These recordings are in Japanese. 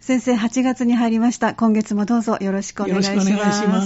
先生、8月に入りました。今月もどうぞよろしくお願いします。 よろしくお願いします。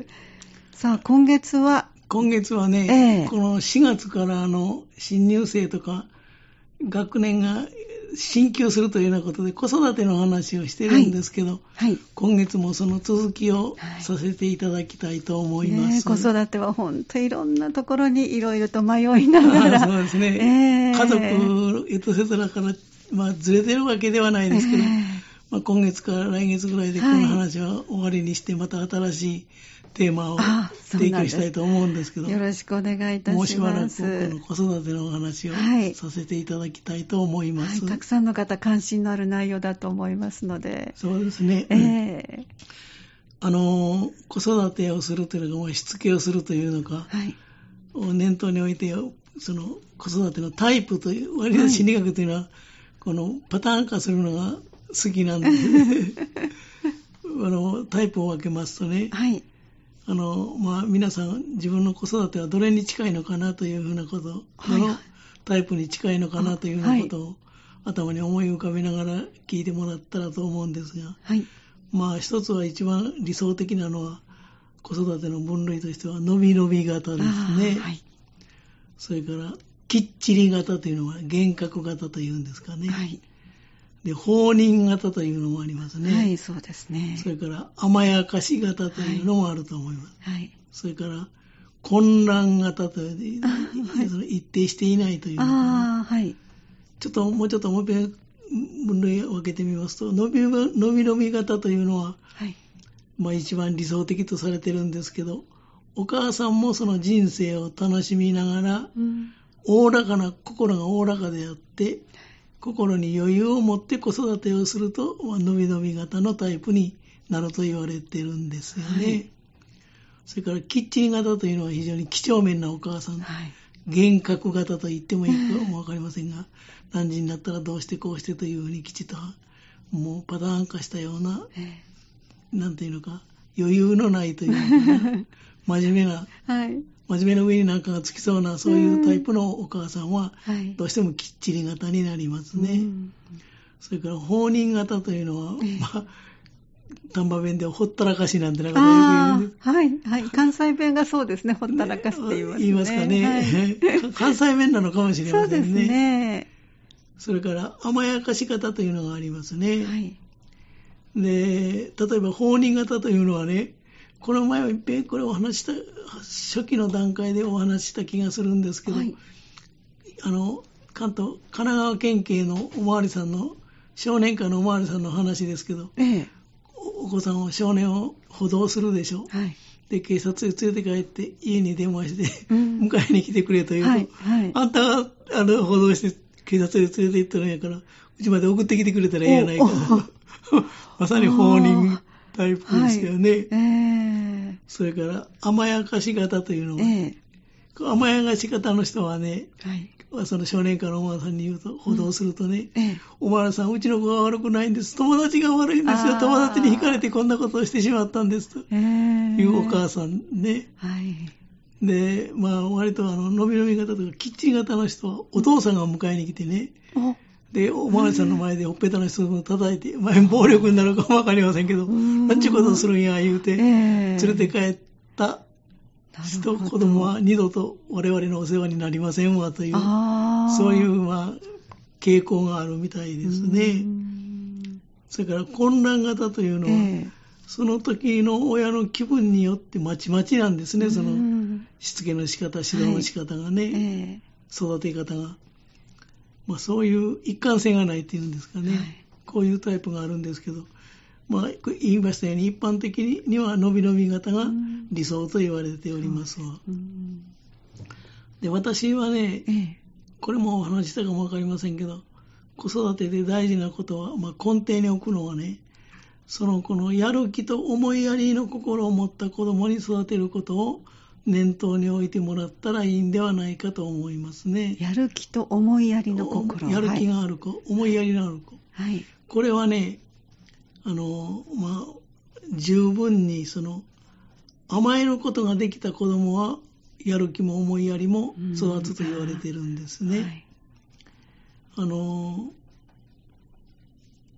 さあ、今月はね、この4月から新入生とか学年が進級するというようなことで子育ての話をしてるんですけど、はいはい、今月もその続きをさせていただきたいと思います。 子育ては本当にいろんなところにいろいろと迷いながら。 そうですね。家族、エトセトラから、ずれてるわけではないですけど、今月から来月ぐらいでこの話は終わりにして、また新しいテーマを提供したいと思うんですけど、 よろしくお願いいたします。 もうしばらくこの子育てのお話をさせていただきたいと思います。 たくさんの方関心のある内容だと思いますので。 そうですね。子育てをするというのが、しつけをするというのか、を念頭に置いて、その子育てのタイプという、割と心理学というのは、このパターン化するのが好きなんで、タイプを分けますとね、皆さん自分の子育てはどれに近いのかなというふうなこと、どのタイプに近いのかなというふうなことを頭に思い浮かべながら聞いてもらったらと思うんですが、一つは一番理想的なのは子育ての分類としては伸び伸び型ですね。それからきっちり型というのは厳格型というんですかね。で、放任型というのもありますね。 そうですね。 それから甘やかし型というのもあると思います。それから混乱型という、その一定していないというのかな。もうちょっともう一遍分類を分けてみますと、伸び伸び型というのは、一番理想的とされてるんですけど、お母さんもその人生を楽しみながら、心がおおらかであって、心に余裕を持って子育てをすると、伸び伸び型のタイプになると言われてるんですよね。それからきっちり型というのは非常に几帳面なお母さん、厳格型と言ってもいいかもわかりませんが、何時になったらどうしてこうしてというふうにきちっともうパターン化したような、なんていうのか、余裕のないというのかな、真面目な上になんかがつきそうな、そういうタイプのお母さんは、どうしてもきっちり型になりますね。それから放任型というのは、丹波弁ではほったらかしなんてなことよく言うんです。 関西弁がそうですね、ほったらかしって言いますね。 言いますかね。関西弁なのかもしれませんね。 そうですね。 それから甘やかし型というのがありますね。で、例えば放任型というのはね、この前はいっぺんこれをお話した、初期の段階でお話した気がするんですけど、神奈川県警のおまわりさんの、少年課のおまわりさんの話ですけど、お子さんを少年を補導するでしょ。で、警察へ連れて帰って家に電話して、迎えに来てくれというと、あんたが補導して警察へ連れて行ったのやから、うちまで送ってきてくれたらええやないか。まさに放任タイプですよね。それから甘やかし型というのは、甘やかし型の人はね、その少年課のおまわりさんに言うと、補導するとね、おまわりさん、うちの子が悪くないんです。友達が悪いんですよ。友達に惹かれてこんなことをしてしまったんです。というお母さんね。で、割と伸び伸び型とか、きっちり型の人は、お父さんが迎えに来てね、で、おまわりさんの前でほっぺたの人を叩いて、暴力になるかもわかりませんけど、なんちゅうことをするんや、言うて、連れて帰った人、子供は二度と我々のお世話になりませんわという、そういう傾向があるみたいですね。それから混乱型というのは、その時の親の気分によってまちまちなんですね、そのしつけの仕方、指導の仕方がね、育て方が。そういう一貫性がないっていうんですかね、こういうタイプがあるんですけど、言いましたように一般的には伸び伸び型が理想と言われておりますわ。で、私はね、これもお話したかもわかりませんけど、子育てで大事なことは、根底に置くのはね、このやる気と思いやりの心を持った子供に育てることを念頭に置いてもらったらいいんではないかと思いますね。 やる気と思いやりの心。 やる気がある子、思いやりのある子。これはね、十分に甘えることができた子供は、やる気も思いやりも育つと言われているんですね。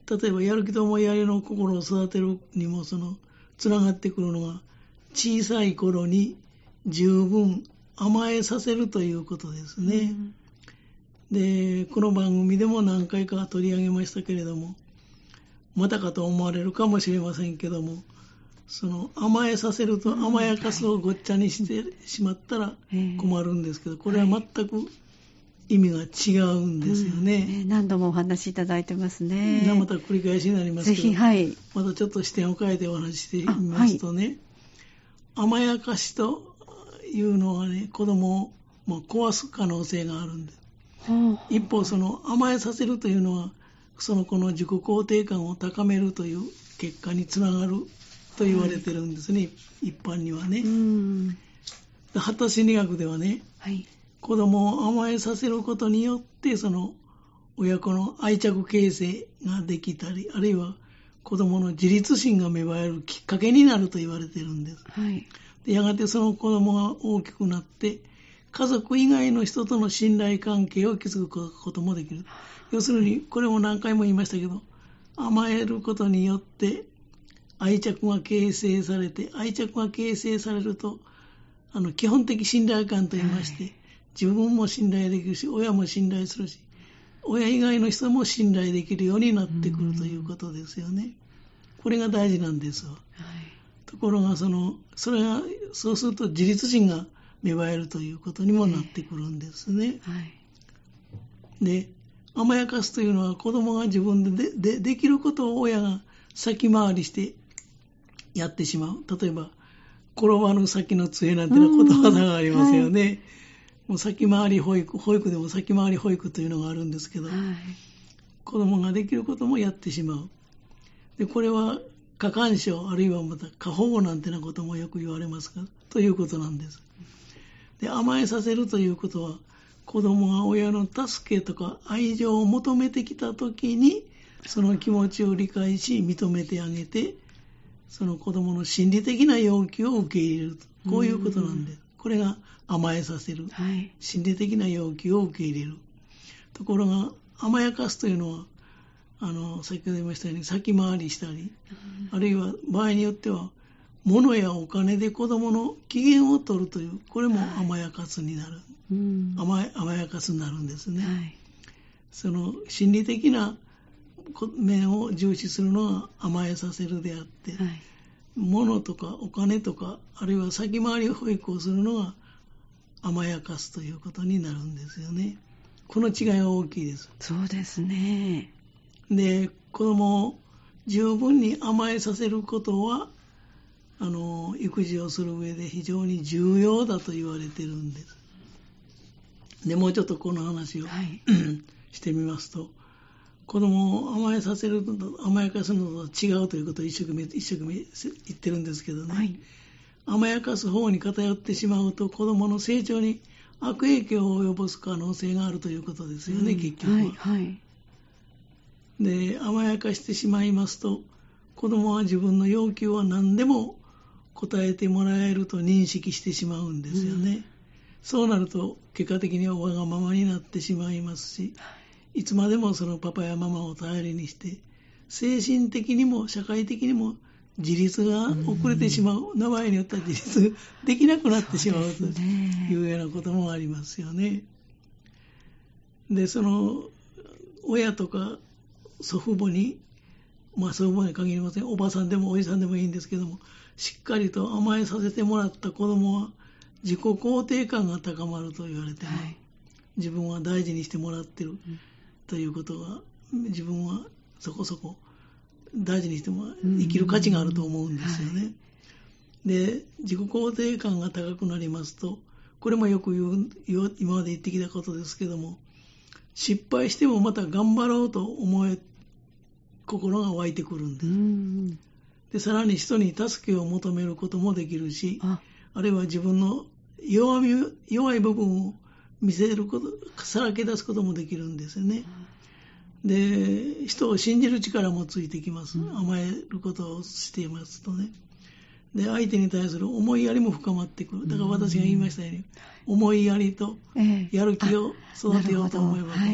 例えばやる気と思いやりの心を育てるにもつながってくるのが、小さい頃に十分甘えさせるということですね。で、この番組でも何回か取り上げましたけれども、またかと思われるかもしれませんけども、甘えさせると甘やかすをごっちゃにしてしまったら困るんですけど、これは全く意味が違うんですよね。 何度もお話しいただいてますね。 また繰り返しになりますけど、ぜひ、はい、またちょっと視点を変えてお話ししてみますとね、甘やかしというのはね、子供を壊す可能性があるんです。一方、甘えさせるというのは、その子の自己肯定感を高めるという結果につながると言われてるんですね、一般にはね。発達心理学ではね、子供を甘えさせることによって、親子の愛着形成ができたり、あるいは子供の自立心が芽生えるきっかけになると言われているんです。で、やがてその子供が大きくなって、家族以外の人との信頼関係を築くこともできる。要するに、これも何回も言いましたけど、甘えることによって愛着が形成されて、愛着が形成されると、基本的信頼感と言いまして、自分も信頼できるし、親も信頼するし、親以外の人も信頼できるようになってくるということですよね。これが大事なんですわ。ところがそれがそうすると自立心が芽生えるということにもなってくるんですね。で、甘やかすというのは子供が自分でできることを親が先回りしてやってしまう。例えば、転ばぬ先の杖なんてなことわざがありますよね。もう先回り保育でも先回り保育というのがあるんですけど、子供ができることもやってしまう。で、これは過干渉、あるいはまた過保護なんてなこともよく言われますが、ということなんです。で、甘えさせるということは、子供が親の助けとか愛情を求めてきたときに、その気持ちを理解し、認めてあげて、その子供の心理的な要求を受け入れる。こういうことなんです。これが甘えさせる。心理的な要求を受け入れる。ところが、甘やかすというのは、先ほど言いましたように先回りしたり、あるいは場合によっては物やお金で子供の機嫌を取るという、これも甘やかすになる、甘やかすになるんですね。その心理的な面を重視するのが甘えさせるであって、物とかお金とか、あるいは先回り保育をするのが甘やかすということになるんですよね。この違いは大きいです。 そうですね。 で、子供を十分に甘えさせることは、育児をする上で非常に重要だと言われているんです。で、もうちょっとこの話を、してみますと、子供を甘えさせるのと甘やかすのと違うということを一生懸命言ってるんですけどね、甘やかす方に偏ってしまうと子供の成長に悪影響を及ぼす可能性があるということですよね、結局は。で、甘やかしてしまいますと、子供は自分の要求は何でも答えてもらえると認識してしまうんですよね。そうなると結果的にはわがままになってしまいますし、いつまでもそのパパやママを頼りにして、精神的にも社会的にも自立が遅れてしまう、名前によっては自立できなくなってしまうというようなこともありますよね。で、親とか祖父母に、祖父母に限りません、おばさんでもおじさんでもいいんですけども、しっかりと甘えさせてもらった子供は自己肯定感が高まると言われて、自分は大事にしてもらってるということが、自分はそこそこ大事にしても生きる価値があると思うんですよね。で、自己肯定感が高くなりますと、これもよく今まで言ってきたことですけども、失敗してもまた頑張ろうと心が湧いてくるんです。で、さらに人に助けを求めることもできるし、あるいは自分の弱い部分を見せること、さらけ出すこともできるんですよね。で、人を信じる力もついてきます。甘えることをしていますとね。で、相手に対する思いやりも深まってくる。だから私が言いましたように、思いやりとやる気を育てようと思えば、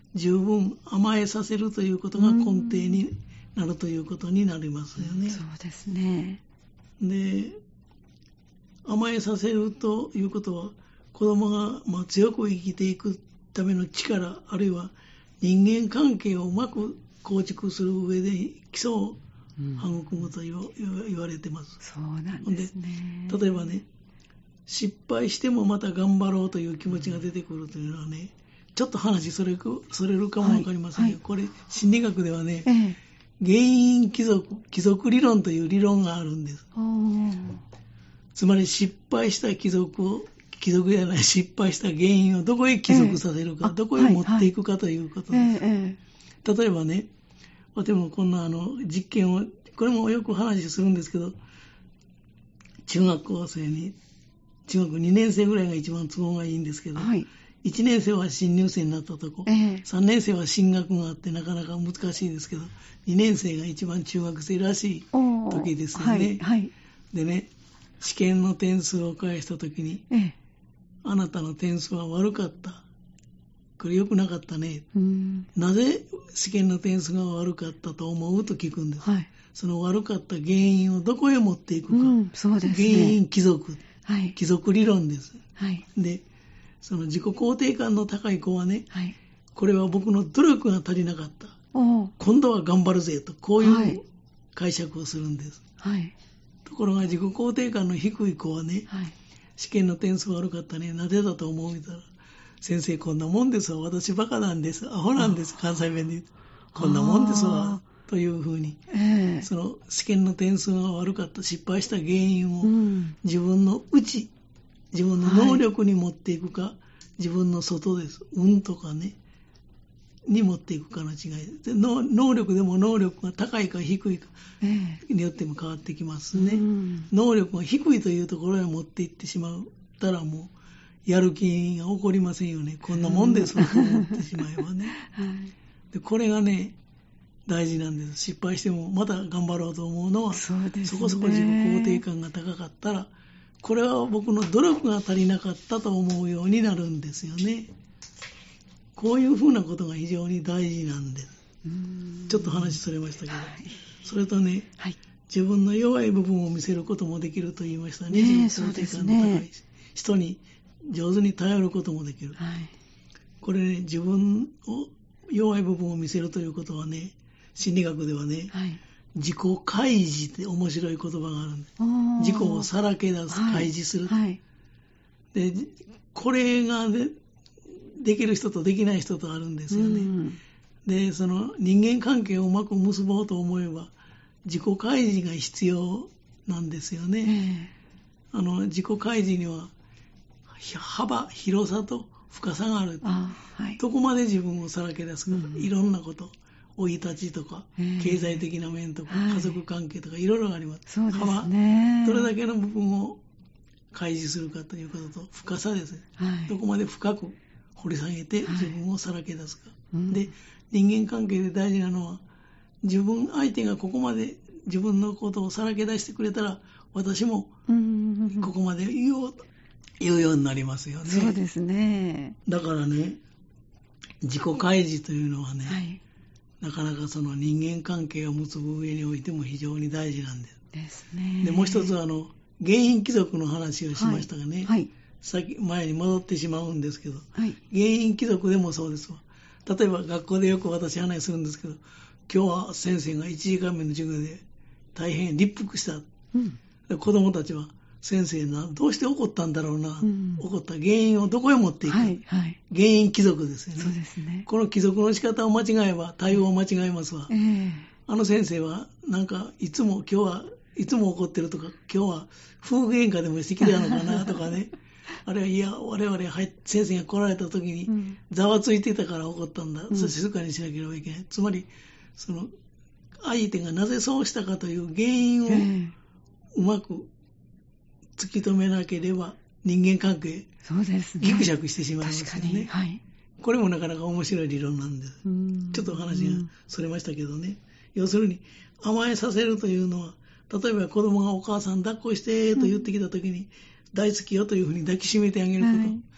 十分甘えさせるということが根底になるということになりますよね。 そうですね。 で、甘えさせるということは、子供が強く生きていくための力、あるいは人間関係をうまく構築する上で基礎を育むと言われてます。 そうなんですね。 で、例えばね、失敗してもまた頑張ろうという気持ちが出てくるというのはね、ちょっと話それるかもわかりませんが、これ心理学ではね、原因帰属理論という理論があるんです。つまり失敗した失敗した原因をどこへ帰属させるか、どこへ持っていくかということです。例えばね、私もこんな実験を、これもよく話するんですけど、中学2年生ぐらいが一番都合がいいんですけど、1年生は新入生になったとこ、3年生は進学があってなかなか難しいですけど、2年生が一番中学生らしい時ですよね。でね、試験の点数を返した時に、あなたの点数は悪かった。これ良くなかったね。なぜ試験の点数が悪かったと思うと聞くんです。その悪かった原因をどこへ持っていくか。 そうですね、 原因帰属。帰属理論です。で、その自己肯定感の高い子はね、これは僕の努力が足りなかった。今度は頑張るぜと、こういう解釈をするんです。ところが自己肯定感の低い子はね、試験の点数悪かったね、なぜだと思うたら、先生こんなもんですわ、私バカなんです、アホなんです、関西弁で言うと、こんなもんですわ、というふうに、その試験の点数が悪かった、失敗した原因を自分の内、自分の能力に持っていくか、自分の外です、運とかね、に持っていくかの違いで、能力でも能力が高いか低いかによっても変わってきますね。能力が低いというところへ持っていってしまったらもうやる気が起こりませんよね。こんなもんですと思ってしまえばね。で、これがね大事なんです。失敗してもまた頑張ろうと思うのは、そこそこ自己肯定感が高かったら、これは僕の努力が足りなかったと思うようになるんですよね。こういうふうなことが非常に大事なんです。ちょっと話それましたけど、それとね、自分の弱い部分を見せることもできると言いましたね。自己肯定感の高い人に上手に頼ることもできる。これね、自分を弱い部分を見せるということはね、心理学ではね、自己開示って面白い言葉があるんです。自己をさらけ出す、開示する。で、これがね、できる人とできない人とあるんですよね。で、その人間関係をうまく結ぼうと思えば、自己開示が必要なんですよね。自己開示には幅、広さと深さがある。どこまで自分をさらけ出すか、いろんなこと、生い立ちとか、経済的な面とか、家族関係とか、いろいろあります。幅、どれだけの部分を開示するかということと、深さですね。どこまで深く掘り下げて自分をさらけ出すか。で、人間関係で大事なのは、相手がここまで自分のことをさらけ出してくれたら、私もここまで言うようになりますよね。 そうですね。 だからね、自己開示というのはね、なかなかその人間関係を結ぶ上においても非常に大事なんです。 ですね。 で、もう一つ原因帰属の話をしましたがね、前に戻ってしまうんですけど、原因帰属でもそうですわ。例えば学校でよく私話するんですけど、今日は先生が1時間目の授業で大変立腹した。で、子供たちは先生どうして怒ったんだろうな、怒った原因をどこへ持っていくか、原因帰属ですよね。 そうですね。 この帰属の仕方を間違えば対応を間違えますわ。あの先生はなんかいつも怒ってるとか、今日は夫婦喧嘩でもしてきたのかなとかね。あれはいや、我々先生が来られた時にざわついてたから怒ったんだ。そして静かにしなければいけない。つまり、その相手がなぜそうしたかという原因をうまく突き止めなければ人間関係、ギクシャクしてしまいますよね。これもなかなか面白い理論なんです。ちょっと話がそれましたけどね。要するに甘えさせるというのは、例えば子供がお母さん抱っこしてと言ってきたときに、大好きよというふうに抱きしめてあげること。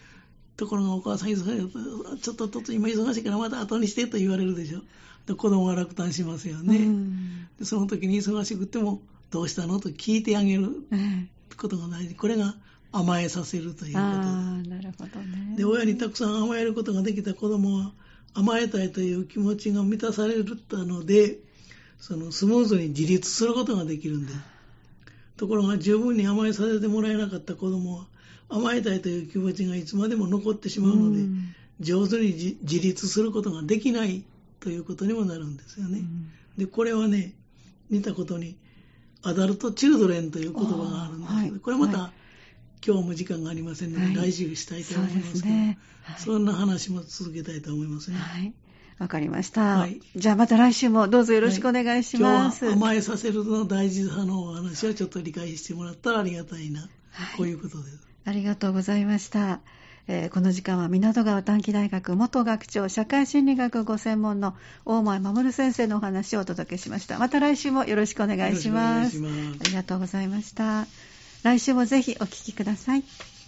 ところがお母さん忙しい、ちょっと今忙しいからまた後にしてと言われるでしょ。で子供が落胆しますよね。でその時に忙しくてもどうしたのと聞いてあげることが大事。これが甘えさせるということで。 なるほどね。 で親にたくさん甘えることができた子供は甘えたいという気持ちが満たされたので、スムーズに自立することができるんです。ところが十分に甘えさせてもらえなかった子供は甘えたいという気持ちがいつまでも残ってしまうので、上手に自立することができないということにもなるんですよね。でこれはね、似たことにアダルトチルドレンという言葉があるんですけど、これまた、今日も時間がありませんので、来週したいと思いますけど、そんな話も続けたいと思いますね。 わかりました。じゃあまた来週もどうぞよろしくお願いします。 今日は甘えさせるの大事さのお話をちょっと理解してもらったらありがたいな。こういうことです。 ありがとうございました。この時間は湊川短期大学元学長社会心理学ご専門の大前守先生のお話をお届けしました。また来週もよろしくお願いします。ありがとうございました。来週もぜひお聞きください。